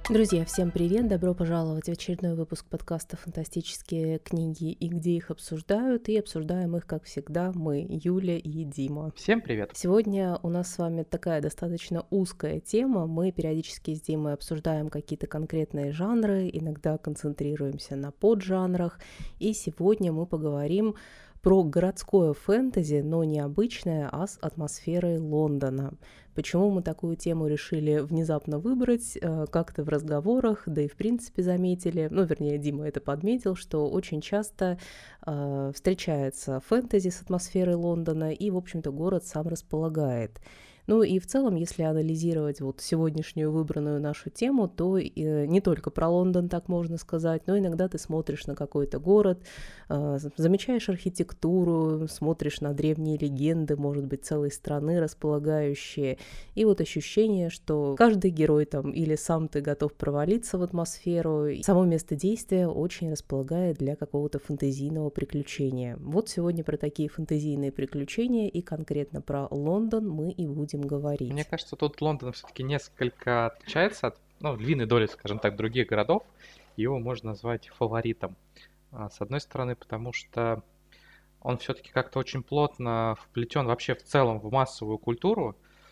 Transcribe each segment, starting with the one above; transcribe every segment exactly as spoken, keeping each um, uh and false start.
Друзья, всем привет! Добро пожаловать в очередной выпуск подкаста «Фантастические книги и где их обсуждают». И обсуждаем их, как всегда, мы, Юля и Дима. Всем привет! Сегодня у нас с вами такая достаточно узкая тема. Мы периодически с Димой обсуждаем какие-то конкретные жанры, иногда концентрируемся на поджанрах. И сегодня мы поговорим про городское фэнтези, но не обычное, а с атмосферой Лондона. Почему мы такую тему решили внезапно выбрать, как-то в разговорах, да и в принципе заметили, ну, вернее, Дима это подметил, что очень часто э, встречается фэнтези с атмосферой Лондона, и, в общем-то, город сам располагает. Ну и в целом, если анализировать вот сегодняшнюю выбранную нашу тему, то э, не только про Лондон так можно сказать, но иногда ты смотришь на какой-то город, э, замечаешь архитектуру, смотришь на древние легенды, может быть, целой страны располагающие, и вот ощущение, что каждый герой там или сам ты готов провалиться в атмосферу, и само место действия очень располагает для какого-то фэнтезийного приключения. Вот сегодня про такие фэнтезийные приключения и конкретно про Лондон мы и будем говорить. Мне кажется, тут Лондон все-таки несколько отличается от, ну, львиной доли, скажем так, других городов. Его можно назвать фаворитом. С одной стороны, потому что он все-таки как-то очень плотно вплетен вообще в целом в массовую культуру.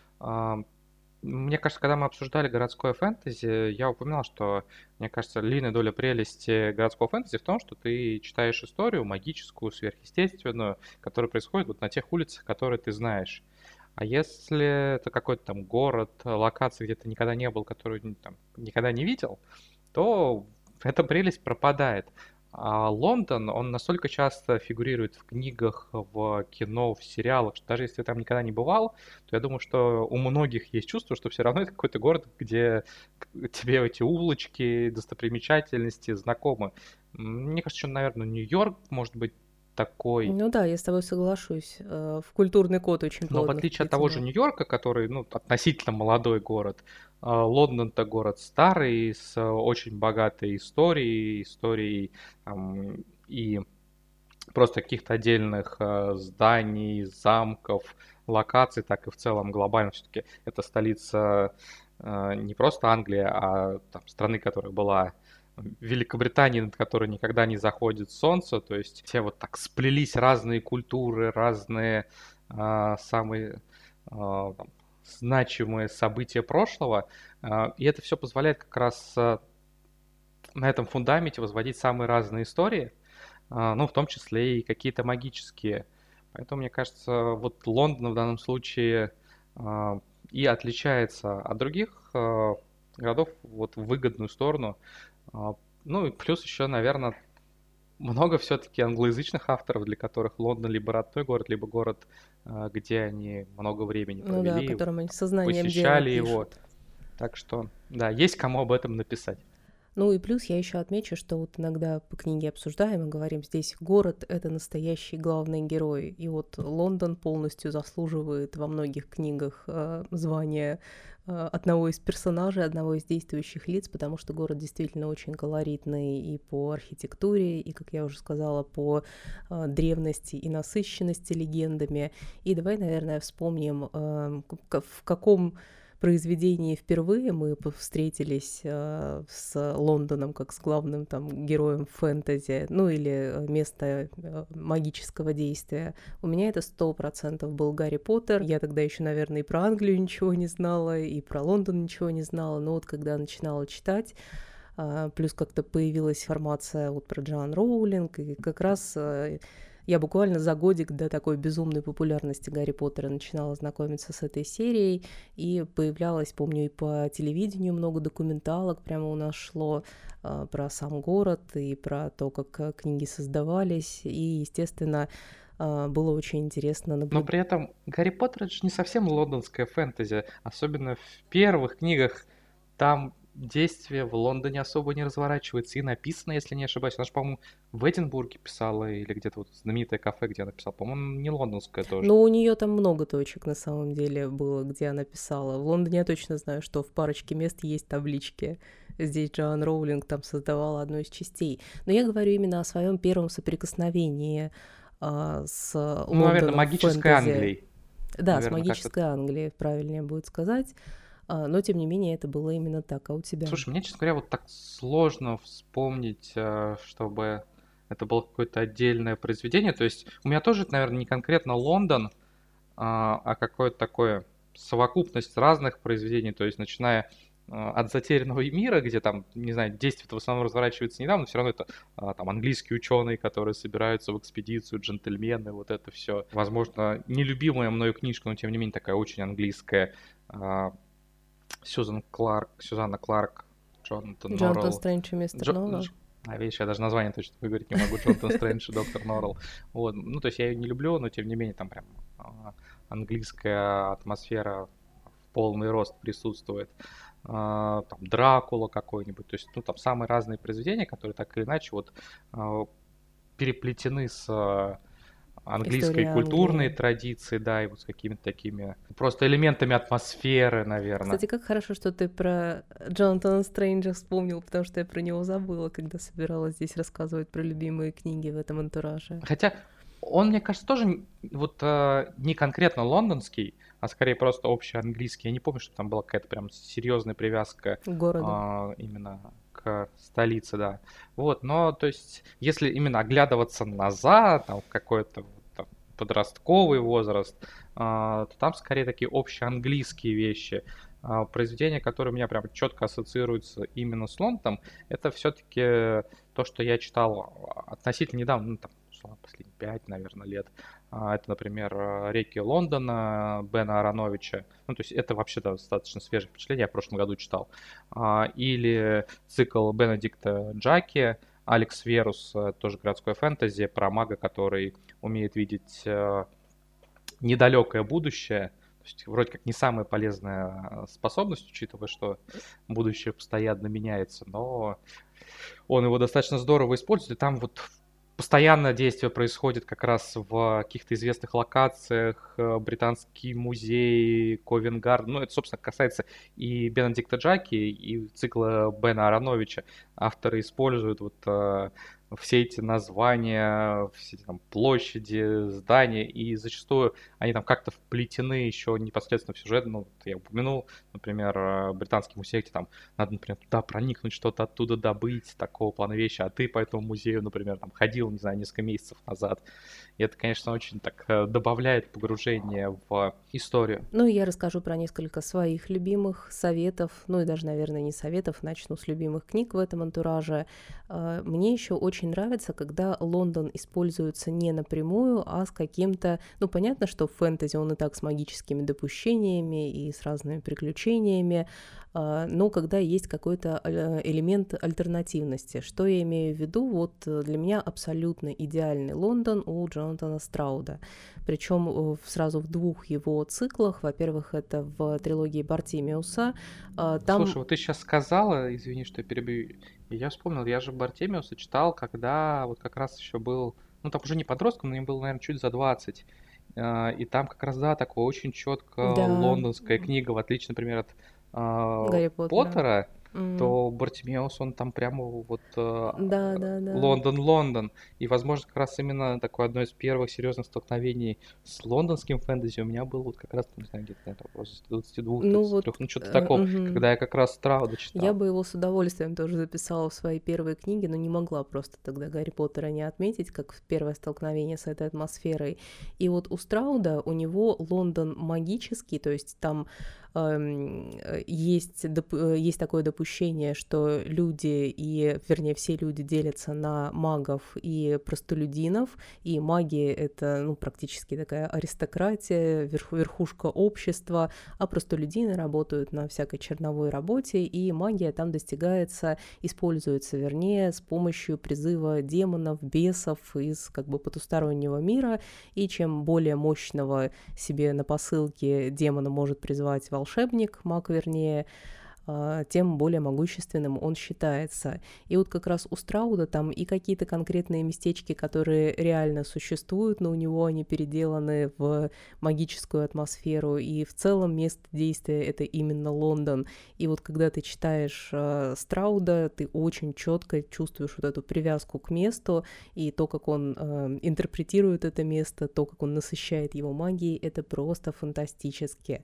Мне кажется, когда мы обсуждали городское фэнтези, я упоминал, что, мне кажется, львиная доля прелести городского фэнтези в том, что ты читаешь историю магическую, сверхъестественную, которая происходит вот на тех улицах, которые ты знаешь. А если это какой-то там город, локация, где ты никогда не был, которую там никогда не видел, то эта прелесть пропадает. А Лондон, он настолько часто фигурирует в книгах, в кино, в сериалах, что даже если ты там никогда не бывал, то я думаю, что у многих есть чувство, что все равно это какой-то город, где тебе эти улочки, достопримечательности знакомы. Мне кажется, что, наверное, Нью-Йорк может быть такой. Ну да, я с тобой соглашусь. В культурный код очень плотно. Но в отличие от того же Нью-Йорка, который, ну, относительно молодой город, Лондон-то город старый, с очень богатой историей, историей там, и просто каких-то отдельных зданий, замков, локаций, так и в целом глобально все-таки это столица не просто Англии, а там, страны, которая была Великобритании, над которой никогда не заходит солнце, то есть все вот так сплелись разные культуры, разные а, самые а, там, значимые события прошлого, а, и это все позволяет как раз а, на этом фундаменте возводить самые разные истории, а, ну, в том числе и какие-то магические. Поэтому, мне кажется, вот Лондон в данном случае а, и отличается от других а, городов вот в выгодную сторону. Ну и плюс еще, наверное, много все-таки англоязычных авторов, для которых Лондон либо родной город, либо город, где они много времени провели, ну да, которым они сознанием посещали дела его. пишут. Так что, да, есть кому об этом написать. Ну и плюс я еще отмечу, что вот иногда по книге обсуждаем и говорим, здесь город — это настоящий главный герой. И вот Лондон полностью заслуживает во многих книгах э, звания э, одного из персонажей, одного из действующих лиц, потому что город действительно очень колоритный и по архитектуре, и, как я уже сказала, по э, древности и насыщенности легендами. И давай, наверное, вспомним, э, в каком произведении впервые мы встретились э, с Лондоном как с главным там героем фэнтези, ну или место э, магического действия. У меня это сто процентов был Гарри Поттер. Я тогда еще, наверное, и про Англию ничего не знала, и про Лондон ничего не знала, но вот когда начинала читать, э, плюс как-то появилась информация вот про Джоан Роулинг, и как раз э, я буквально за годик до такой безумной популярности Гарри Поттера начинала знакомиться с этой серией, и появлялось, помню, и по телевидению много документалок прямо у нас шло э, про сам город и про то, как книги создавались, и, естественно, э, было очень интересно наблюдать. Но при этом Гарри Поттер — это же не совсем лондонское фэнтези, особенно в первых книгах. Там действие в Лондоне особо не разворачивается, и написано, если не ошибаюсь, она же, по-моему, в Эдинбурге писала, или где-то вот знаменитое кафе, где она писала, по-моему, не лондонское тоже. Ну, у нее там много точек, на самом деле, было, где она писала. В Лондоне я точно знаю, что в парочке мест есть таблички. Здесь Джоан Роулинг там создавала одну из частей. Но я говорю именно о своем первом соприкосновении а, с Лондоном, ну, наверное, магической фэнтези. Англией. Да, наверное, с магической как-то... Англией, правильнее будет сказать. а, но тем не менее это было именно так. А у тебя? Слушай, мне, честно говоря, вот так сложно вспомнить, э, чтобы это было какое-то отдельное произведение. То есть у меня тоже, наверное, не конкретно Лондон, а а какое-то такое совокупность разных произведений. То есть начиная э, от «Затерянного мира», где там, не знаю, действие в основном разворачивается недавно, но все равно это а, там английские ученые, которые собираются в экспедицию, джентльмены, вот это все. Возможно, нелюбимая мною книжка, но тем не менее такая очень английская. а, Сьюзан Кларк, Сюзанна Кларк, Джонатан Джонатан Норрелл. Стрендж и мистер Джо... Норрелл. Дж- А, видишь, я даже название точно выговорить не могу. Джонатан Стрэндж и доктор Норрелл. Вот. Ну, то есть я ее не люблю, но тем не менее там прям а, английская атмосфера в полный рост присутствует. А, там Дракула какой-нибудь. То есть, ну, там самые разные произведения, которые так или иначе вот а, переплетены с а, английской История культурной Англии. традиции, да, и вот с какими-то такими просто элементами атмосферы, наверное. Кстати, как хорошо, что ты про Джонатана Стрэнджа вспомнил, потому что я про него забыла, когда собиралась здесь рассказывать про любимые книги в этом антураже. Хотя он, мне кажется, тоже н- вот э, не конкретно лондонский, а скорее просто общеанглийский. Я не помню, что там была какая-то прям серьезная привязка К городу. а, именно к столице, да. Вот, но то есть, если именно оглядываться назад, там, в какой-то вот там подростковый возраст, а, то там скорее такие общеанглийские вещи. А, произведения, которые у меня прям четко ассоциируются именно с Лондоном, это все-таки то, что я читал относительно недавно, ну, там, условно, последние пять, наверное, лет. А, Это, например, э, «Реки Лондона» Бена Ароновича. Ну, то есть это вообще достаточно свежее впечатление, я в прошлом году читал. А, Или цикл Бенедикта Джаки «Алекс Верус», э, тоже городское фэнтези, про мага, который умеет видеть э, недалекое будущее. То есть вроде как не самая полезная э, способность, учитывая, что будущее постоянно меняется, но он его достаточно здорово использует. И там вот постоянно действие происходит как раз в каких-то известных локациях, э, Британский музей, Ковенгарден. Ну, это, собственно, касается и Бенедикта Джаки, и цикла Бена Ароновича. Авторы используют вот э, все эти названия, все эти там площади, здания, и зачастую они там как-то вплетены еще непосредственно в сюжет. Ну, вот я упомянул, например, э, Британский музей, где там надо, например, туда проникнуть, что-то оттуда добыть, такого плана вещи, а ты по этому музею, например, там ходил, не знаю, несколько месяцев назад. И это, конечно, очень так э, добавляет погружение в историю. Ну, и я расскажу про несколько своих любимых советов, ну и даже, наверное, не советов, начну с любимых книг в этом антураже. А, Мне еще очень нравится, когда Лондон используется не напрямую, а с каким-то... Ну, понятно, что в фэнтези он и так с магическими допущениями и с разными приключениями, а, но когда есть какой-то э, элемент альтернативности. Что я имею в виду? Вот э, для меня абсолютно идеальный Лондон у Джонатана Страуда. Причем э, сразу в двух его циклах. Во-первых, это в трилогии Бартимеуса. А, Там, Слушай, вот ты сейчас сказала, извини, что я перебью, и я вспомнил, я же Бартемиуса читал, когда вот как раз еще был, ну там уже не подростком, но мне было, наверное, чуть за двадцать. А, И там как раз, да, такое очень четко да, лондонская книга, в отличие, например, от а, Гарри Поттера. Поттера, М, то Бартимеус, он там прямо вот э, Да, да, да. Лондон-Лондон. И, возможно, как раз именно такое одно из первых серьезных столкновений с лондонским фэнтези у меня был вот как раз, не знаю, где-то, наверное, возраст двадцать два Ну двадцать вот, три, ну что-то э, такое, мгм. когда я как раз Страуда Я читал. бы его с удовольствием тоже записала в свои первые книги, но не могла просто тогда Гарри Поттера не отметить, как первое столкновение с этой атмосферой. И вот у Страуда, у него Лондон магический, то есть там эм, э, есть, доп- э, есть такое допущение, что люди, и, вернее, все люди делятся на магов и простолюдинов, и маги — это, ну, практически такая аристократия, верх- верхушка общества, а простолюдины работают на всякой черновой работе, и магия там достигается, используется, вернее, с помощью призыва демонов, бесов из как бы потустороннего мира, и чем более мощного себе на посылке демона может призвать волшебник, маг вернее, а, тем более могущественным он считается. И вот как раз у Страуда там и какие-то конкретные местечки, которые реально существуют, но у него они переделаны в магическую атмосферу, и в целом место действия — это именно Лондон. И вот когда ты читаешь э, Страуда, ты очень четко чувствуешь вот эту привязку к месту, и то, как он э, интерпретирует это место, то, как он насыщает его магией, это просто фантастически.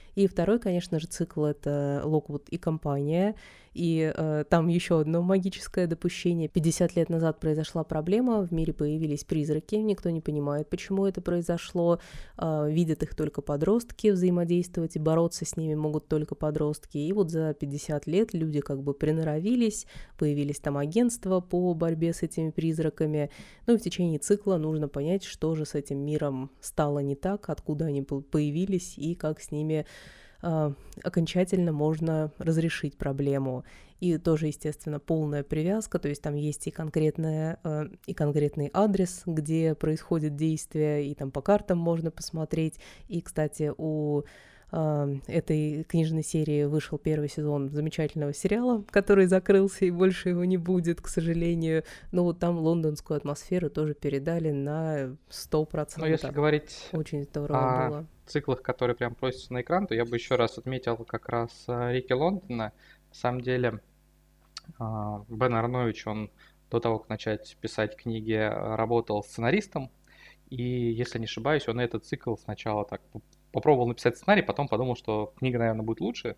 И второй, конечно же, цикл — это Локвуд и компания. И э, там еще одно магическое допущение. пятьдесят лет назад произошла проблема, в мире появились призраки, никто не понимает, почему это произошло, э, видят их только подростки, взаимодействовать и бороться с ними могут только подростки. И вот за пятьдесят лет люди как бы приноровились, появились там агентства по борьбе с этими призраками. Ну и в течение цикла нужно понять, что же с этим миром стало не так, откуда они появились и как с ними э, окончательно можно разрешить проблему. И тоже, естественно, полная привязка, то есть там есть и, конкретная, э, и конкретный адрес, где происходит действие, и там по картам можно посмотреть. И, кстати, у э, этой книжной серии вышел первый сезон замечательного сериала, который закрылся, и больше его не будет, к сожалению. Но вот там лондонскую атмосферу тоже передали на сто процентов. Но если говорить Очень здорово о было. циклах, которые прям просятся на экран, то я бы еще раз отметил как раз э, Рики Лондона. На самом деле, э, Бен Аронович, он до того, как начать писать книги, э, работал сценаристом. И, если не ошибаюсь, он этот цикл сначала так попробовал написать сценарий, потом подумал, что книга, наверное, будет лучше.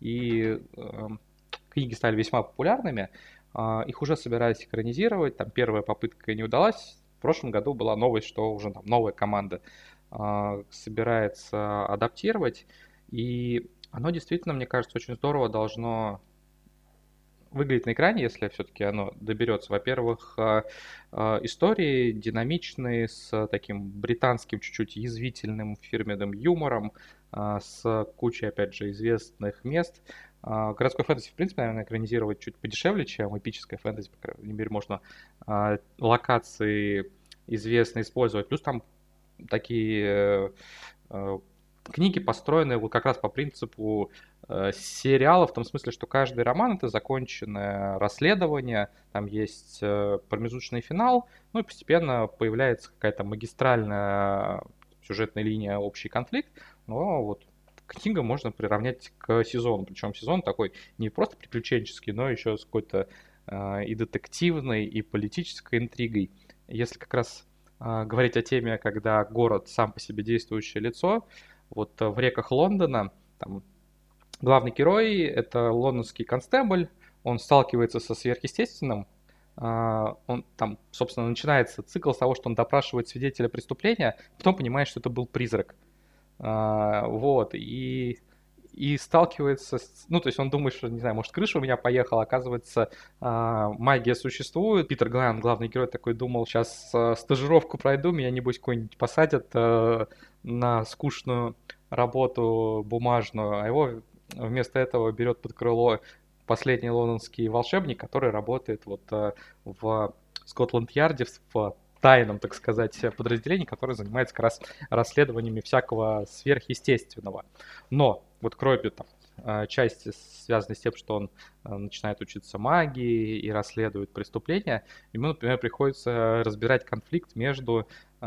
И э, книги стали весьма популярными. Э, их уже собирались экранизировать. Там первая попытка не удалась. В прошлом году была новость, что уже там новая команда э, собирается адаптировать. И оно действительно, мне кажется, очень здорово должно выглядеть на экране, если все-таки оно доберется. Во-первых, э, э, истории динамичные, с таким британским чуть-чуть язвительным фирменным юмором, э, с кучей, опять же, известных мест. Э, городской фэнтези, в принципе, наверное, экранизировать чуть подешевле, чем эпическое фэнтези. По крайней мере, можно э, локации известные использовать. Плюс там такие э, э, книги построены вот как раз по принципу э, сериала, в том смысле, что каждый роман — это законченное расследование, там есть э, промежуточный финал, ну и постепенно появляется какая-то магистральная сюжетная линия, общий конфликт, но вот книгу можно приравнять к сезону, причем сезон такой не просто приключенческий, но еще с какой-то э, и детективной, и политической интригой. Если как раз э, говорить о теме, когда город сам по себе действующее лицо, вот в «Реках Лондона» там главный герой — это лондонский констебль, он сталкивается со сверхъестественным, он там, собственно, начинается цикл с того, что он допрашивает свидетеля преступления, потом понимает, что это был призрак. Вот, и, и сталкивается с... Ну, то есть он думает, что, не знаю, может, крыша у меня поехала, оказывается, магия существует. Питер Глайан, главный герой, такой думал, сейчас стажировку пройду, меня, небось, какой-нибудь посадят на скучную работу бумажную, а его вместо этого берет под крыло последний лондонский волшебник, который работает вот в Скотланд-Ярде, в тайном, так сказать, подразделении, которое занимается как раз расследованиями всякого сверхъестественного. Но вот кроме там части, связанной с тем, что он начинает учиться магии и расследует преступления, ему, например, приходится разбирать конфликт между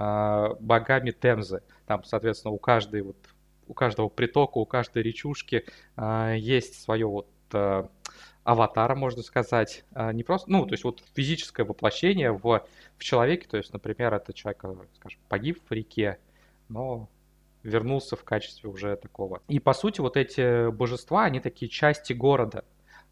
богами Темзы. Там, соответственно, у каждой вот, у каждого притока, у каждой речушки э, есть свое вот э, аватара, можно сказать. Э, не просто, ну, то есть вот физическое воплощение в, в человеке. То есть, например, это человек, скажем, погиб в реке, но вернулся в качестве уже такого. И, по сути, вот эти божества, они такие части города,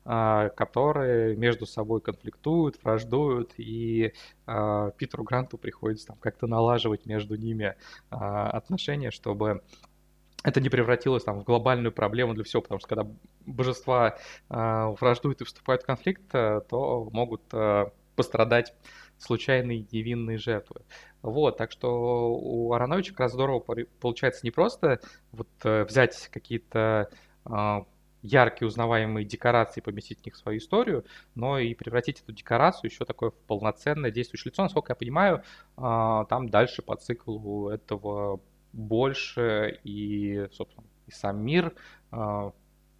которые между собой конфликтуют, враждуют, и э, Питеру Гранту приходится там как-то налаживать между ними э, отношения, чтобы это не превратилось там в глобальную проблему для всего, потому что когда божества э, враждуют и вступают в конфликт, э, то могут э, пострадать случайные невинные жертвы. Вот, так что у Ароновича как раз здорово получается не просто вот э, взять какие-то э, яркие узнаваемые декорации, поместить в них свою историю, но и превратить эту декорацию еще такое в полноценное действующее лицо. Насколько я понимаю, там дальше по циклу этого больше, и, собственно, и сам мир, ну,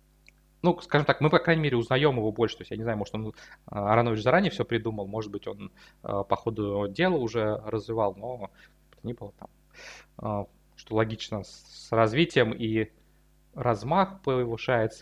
скажем так, мы, по крайней мере, узнаем его больше. То есть, я не знаю, может, он, Аронович заранее все придумал, может быть, он по ходу дела уже развивал, но не было там, что логично с развитием и размах повышается, и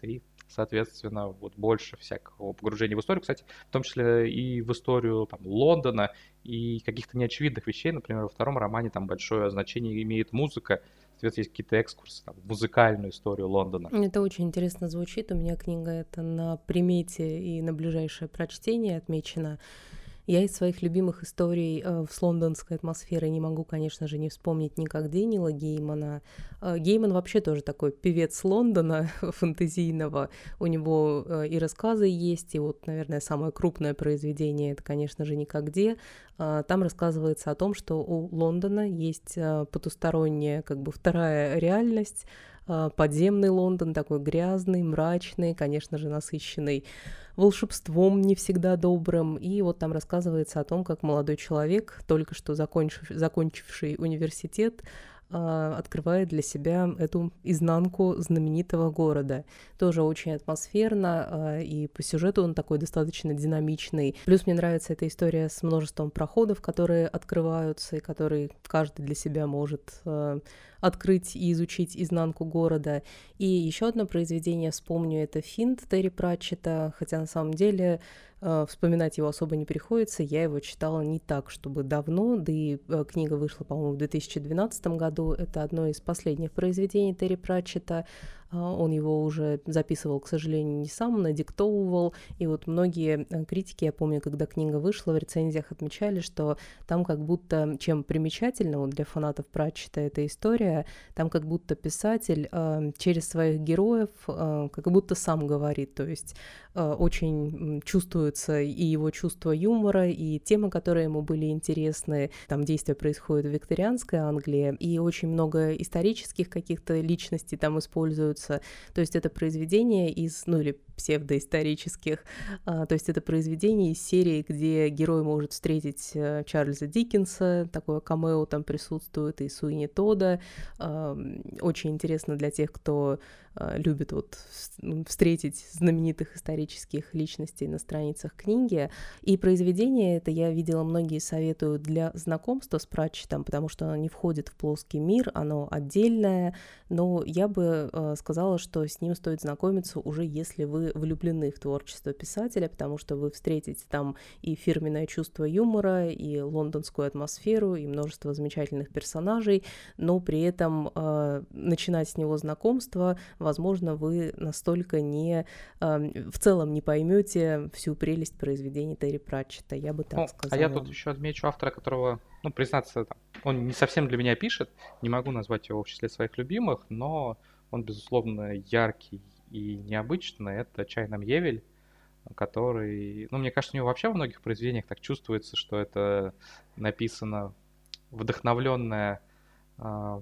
соответственно, вот больше всякого погружения в историю, кстати, в том числе и в историю там, Лондона и каких-то неочевидных вещей. Например, во втором романе там большое значение имеет музыка, соответственно, есть какие-то экскурсы там, в музыкальную историю Лондона. Это очень интересно звучит. У меня книга эта на примете и на ближайшее прочтение отмечена. Я из своих любимых историй э, с лондонской атмосферой не могу, конечно же, не вспомнить никогда Нила Геймана. Э, Гейман вообще тоже такой певец Лондона фэнтезийного. У него э, и рассказы есть, и вот, наверное, самое крупное произведение — это, конечно же, «Никогде». Э, там рассказывается о том, что у Лондона есть э, потусторонняя, как бы вторая реальность, э, подземный Лондон, такой грязный, мрачный, конечно же, насыщенный волшебством не всегда добрым. И вот там рассказывается о том, как молодой человек, только что закончив, закончивший университет, э, открывает для себя эту изнанку знаменитого города. Тоже очень атмосферно, э, и по сюжету он такой достаточно динамичный. Плюс мне нравится эта история с множеством проходов, которые открываются, и которые каждый для себя может э, открыть и изучить изнанку города. И еще одно произведение, вспомню, это «Финт» Терри Пратчетта, хотя на самом деле э, вспоминать его особо не приходится. Я его читала не так, чтобы давно, да и э, книга вышла, по-моему, в две тысячи двенадцатом году. Это одно из последних произведений Терри Пратчетта. Э, он его уже записывал, к сожалению, не сам, надиктовывал. И вот многие э, критики, я помню, когда книга вышла, в рецензиях отмечали, что там как будто, чем примечательно вот для фанатов Пратчетта эта история, там как будто писатель э, через своих героев э, как будто сам говорит, то есть э, очень чувствуется и его чувство юмора, и темы, которые ему были интересны. Там действие происходит в викторианской Англии, и очень много исторических каких-то личностей там используются. То есть это произведение из, ну или псевдоисторических, а, то есть это произведение из серии, где герой может встретить а, Чарльза Диккенса, такое камео там присутствует, и Суини Тодда. А, очень интересно для тех, кто а, любит вот встретить знаменитых исторических личностей на страницах книги. И произведение это я видела, многие советуют для знакомства с Пратчеттом, потому что оно не входит в плоский мир, оно отдельное, но я бы а, сказала, что с ним стоит знакомиться уже если вы влюблены в творчество писателя, потому что вы встретите там и фирменное чувство юмора, и лондонскую атмосферу, и множество замечательных персонажей, но при этом э, начинать с него знакомство, возможно, вы настолько не э, в целом не поймете всю прелесть произведений Терри Пратчетта, я бы так Ну, сказала. а я тут еще отмечу автора, которого, ну, признаться, там, он не совсем для меня пишет, не могу назвать его в числе своих любимых, но он, безусловно, яркий и необычный. Это Чай Нам Евель, который... Ну, мне кажется, у него вообще во многих произведениях так чувствуется, что это написано вдохновленное э,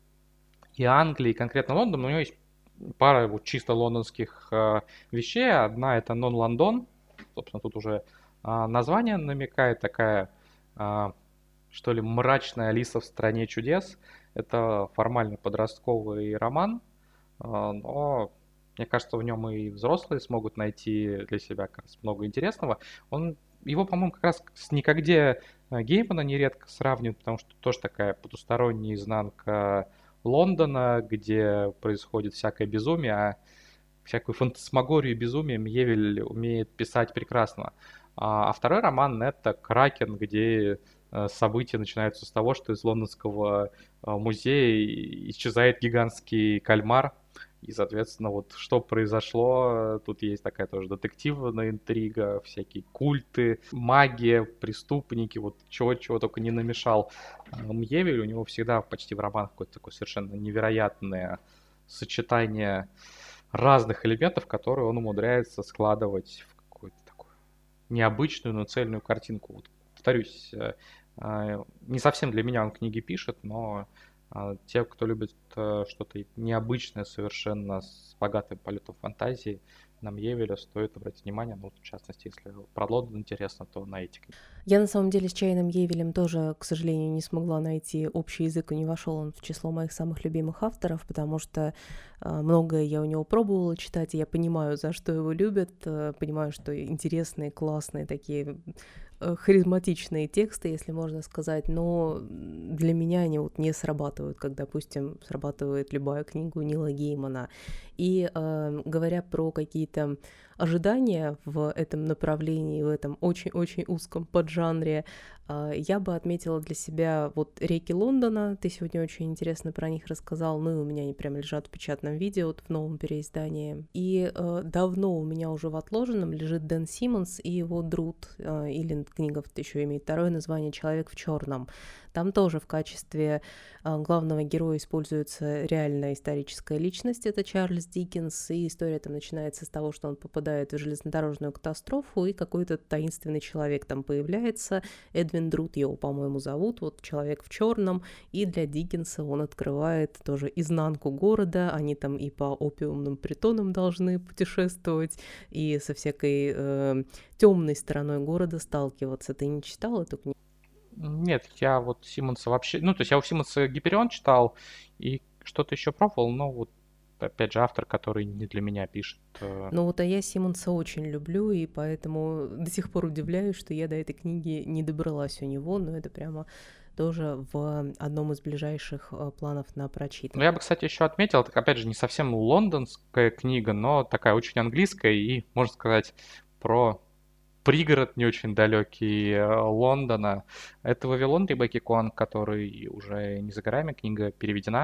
и Англией, и конкретно Лондоном. У него есть пара вот чисто лондонских э, вещей. Одна — это «Non-London». Собственно, тут уже э, название намекает, такая, э, что ли, мрачная Алиса в стране чудес. Это формально подростковый роман, э, но... Мне кажется, в нем и взрослые смогут найти для себя как раз много интересного. Он, его, по-моему, как раз с «Никогде» Геймана нередко сравнивают, потому что тоже такая потусторонняя изнанка Лондона, где происходит всякое безумие, а всякую фантасмагорию и безумие Мьевель умеет писать прекрасно. А, а второй роман — это «Кракен», где события начинаются с того, что из лондонского музея исчезает гигантский кальмар. И, соответственно, вот что произошло, тут есть такая тоже детективная интрига, всякие культы, магия, преступники, вот чего-чего только не намешал Мьевель. У него всегда почти в романах какое-то такое совершенно невероятное сочетание разных элементов, которые он умудряется складывать в какую-то такую необычную, но цельную картинку. Вот, повторюсь, не совсем для меня он книги пишет, но те, кто любит что-то необычное совершенно с богатым полетом фантазии, на Мьевеля стоит обратить внимание. Ну, в частности, если про Лондон интересно, то на эти книги. Я, на самом деле, с Чайным Евелем тоже, к сожалению, не смогла найти общий язык, и не вошел он в число моих самых любимых авторов, потому что э, многое я у него пробовала читать, и я понимаю, за что его любят, э, понимаю, что интересные, классные такие э, харизматичные тексты, если можно сказать, но для меня они вот не срабатывают, как, допустим, срабатывает любая книга Нила Геймана. И э, говоря про какие-то ожидания в этом направлении, в этом очень-очень узком поджанре, э, я бы отметила для себя вот «Реки Лондона». Ты сегодня очень интересно про них рассказал, ну и у меня они прям лежат в печатном виде вот в новом переиздании. И э, давно у меня уже в отложенном лежит Дэн Симмонс и его «Друд», э, или книга еще имеет второе название «Человек в черном». Там тоже в качестве э, главного героя используется реальная историческая личность, это Чарльз Диккенс, и история там начинается с того, что он попадает в железнодорожную катастрофу, и какой-то таинственный человек там появляется, Эдвин Друд его, по-моему, зовут, вот «Человек в черном», и для Диккенса он открывает тоже изнанку города, они там и по опиумным притонам должны путешествовать, и со всякой э, темной стороной города сталкиваться. Ты не читал эту книгу? Нет, я вот Симмонса вообще... Ну, то есть я у Симмонса Гиперион читал и что-то еще пробовал, но вот опять же автор, который не для меня пишет. Ну вот, а я Симмонса очень люблю, и поэтому до сих пор удивляюсь, что я до этой книги не добралась у него, но это прямо тоже в одном из ближайших планов на Ну, прочитывание. я бы, кстати, еще отметил, так, опять же, не совсем лондонская книга, но такая очень английская и, можно сказать, про пригород не очень далекий Лондона. Это «Вавилон» Ребекки Куан, который уже не за горами, книга переведена.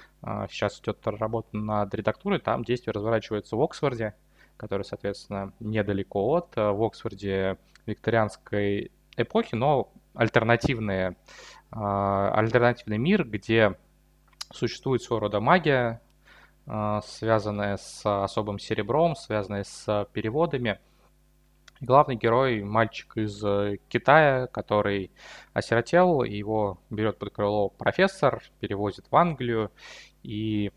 Сейчас идет работа над редактурой, там действие разворачивается в Оксфорде, который, соответственно, недалеко от, в Оксфорде викторианской эпохи, но альтернативные, альтернативный мир, где существует своего рода магия, связанная с особым серебром, связанная с переводами. Главный герой — мальчик из Китая, который осиротел, его берет под крыло профессор, перевозит в Англию, и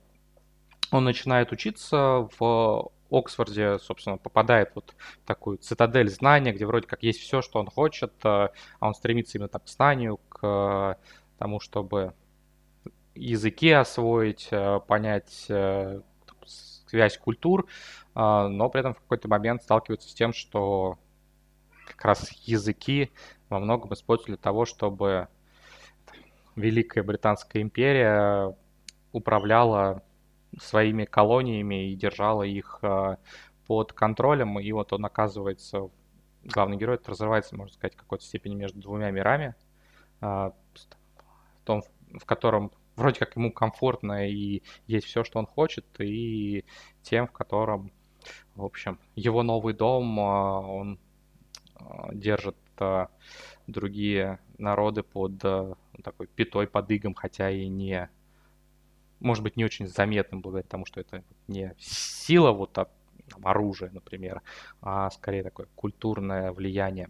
он начинает учиться в Оксфорде, собственно, попадает вот в такую цитадель знания, где вроде как есть все, что он хочет, а он стремится именно так к знанию, к тому, чтобы языки освоить, понять связь культур, но при этом в какой-то момент сталкиваются с тем, что как раз языки во многом используют для того, чтобы Великая Британская империя управляла своими колониями и держала их под контролем. И вот он оказывается, главный герой, это разрывается, можно сказать, в какой-то степени между двумя мирами, в том, в котором вроде как ему комфортно и есть все, что он хочет, и тем, в котором, в общем, его новый дом, он держит другие народы под такой пятой, под игом, хотя и не, может быть, не очень заметным благодаря тому, что это не сила, вот там, оружие, например, а скорее такое культурное влияние.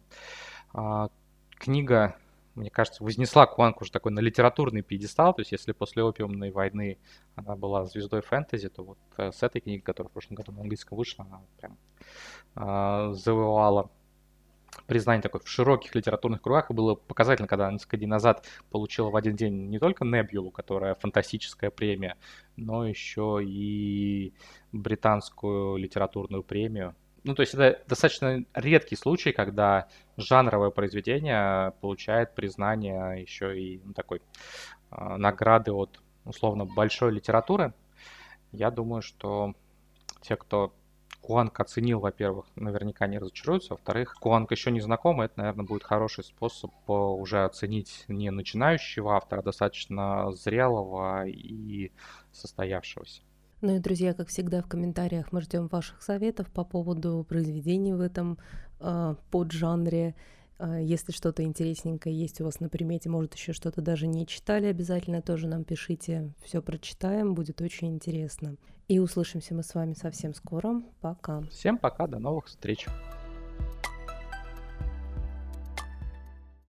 Книга, мне кажется, вознесла Куанг уже такой на литературный пьедестал, то есть если после «Опиумной войны» она была звездой фэнтези, то вот с этой книгой, которая в прошлом году на английском вышла, она прям э, завоевала признание такое в широких литературных кругах, и было показательно, когда она несколько дней назад получила в один день не только Небулу, которая фантастическая премия, но еще и британскую литературную премию. Ну, то есть это достаточно редкий случай, когда жанровое произведение получает признание еще и ну, такой э, награды от, условно, большой литературы. Я думаю, что те, кто Куанг оценил, во-первых, наверняка не разочаруются, во-вторых, Куанг еще не знаком, и это, наверное, будет хороший способ уже оценить не начинающего автора, а достаточно зрелого и состоявшегося. Ну и, друзья, как всегда, в комментариях мы ждем ваших советов по поводу произведений в этом э, поджанре. Э, если что-то интересненькое есть у вас на примете, может, еще что-то даже не читали, обязательно тоже нам пишите. Все прочитаем, будет очень интересно. И услышимся мы с вами совсем скоро. Пока. Всем пока, до новых встреч.